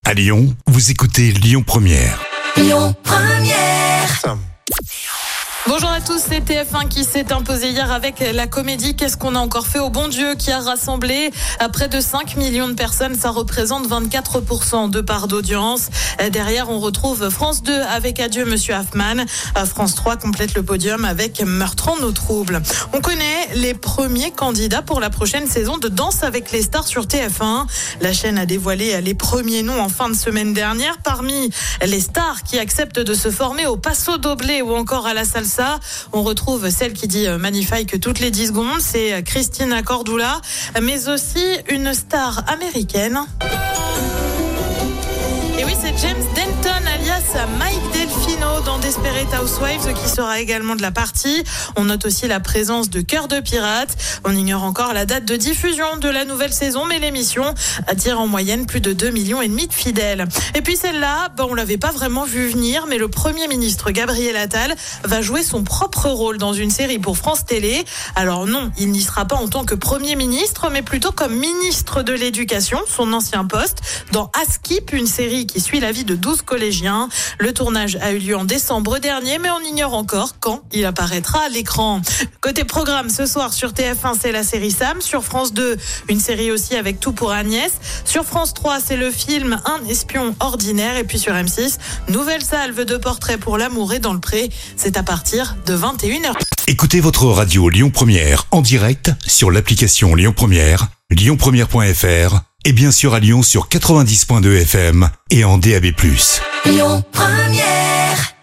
À Lyon, vous écoutez Lyon Première. Lyon Première. Bonjour à tous, c'est TF1 qui s'est imposé hier avec la comédie Qu'est-ce qu'on a encore fait au bon Dieu, qui a rassemblé près de 5 millions de personnes. Ça représente 24% de part d'audience. Derrière, on retrouve France 2 avec Adieu Monsieur Hoffman. France 3 complète le podium avec Meurtre en eau trouble. On connaît les premiers candidats pour la prochaine saison de Danse avec les stars sur TF1. La chaîne a dévoilé les premiers noms en fin de semaine dernière. Parmi les stars qui acceptent de se former au Paso Doble ou encore à la salsa, on retrouve celle qui dit magnifique toutes les 10 secondes, c'est Christina Cordula, mais aussi une star américaine. Et oui, c'est James Denton alias Mike Delfino dans Desperate Housewives qui sera également de la partie. On note aussi la présence de Cœur de Pirate. On ignore encore la date de diffusion de la nouvelle saison, mais l'émission attire en moyenne plus de 2,5 millions de fidèles. Et puis celle-là, on l'avait pas vraiment vu venir, mais le Premier ministre Gabriel Attal va jouer son propre rôle dans une série pour France Télé. Alors non, il n'y sera pas en tant que Premier ministre, mais plutôt comme ministre de l'Éducation, son ancien poste, dans Askip, une série qui suit la vie de 12 collégiens. Le tournage a eu lieu en décembre dernier, mais on ignore encore quand il apparaîtra à l'écran. Côté programme, ce soir sur TF1, c'est la série Sam. Sur France 2, une série aussi avec Tout pour Agnès. Sur France 3, c'est le film Un espion ordinaire. Et puis sur M6, nouvelle salve de portraits pour l'amour et dans le pré. C'est à partir de 21h. Écoutez votre radio Lyon Première en direct sur l'application Lyon Première, lyonpremière.fr et bien sûr à Lyon sur 90.2 FM et en DAB+. Lyon Première.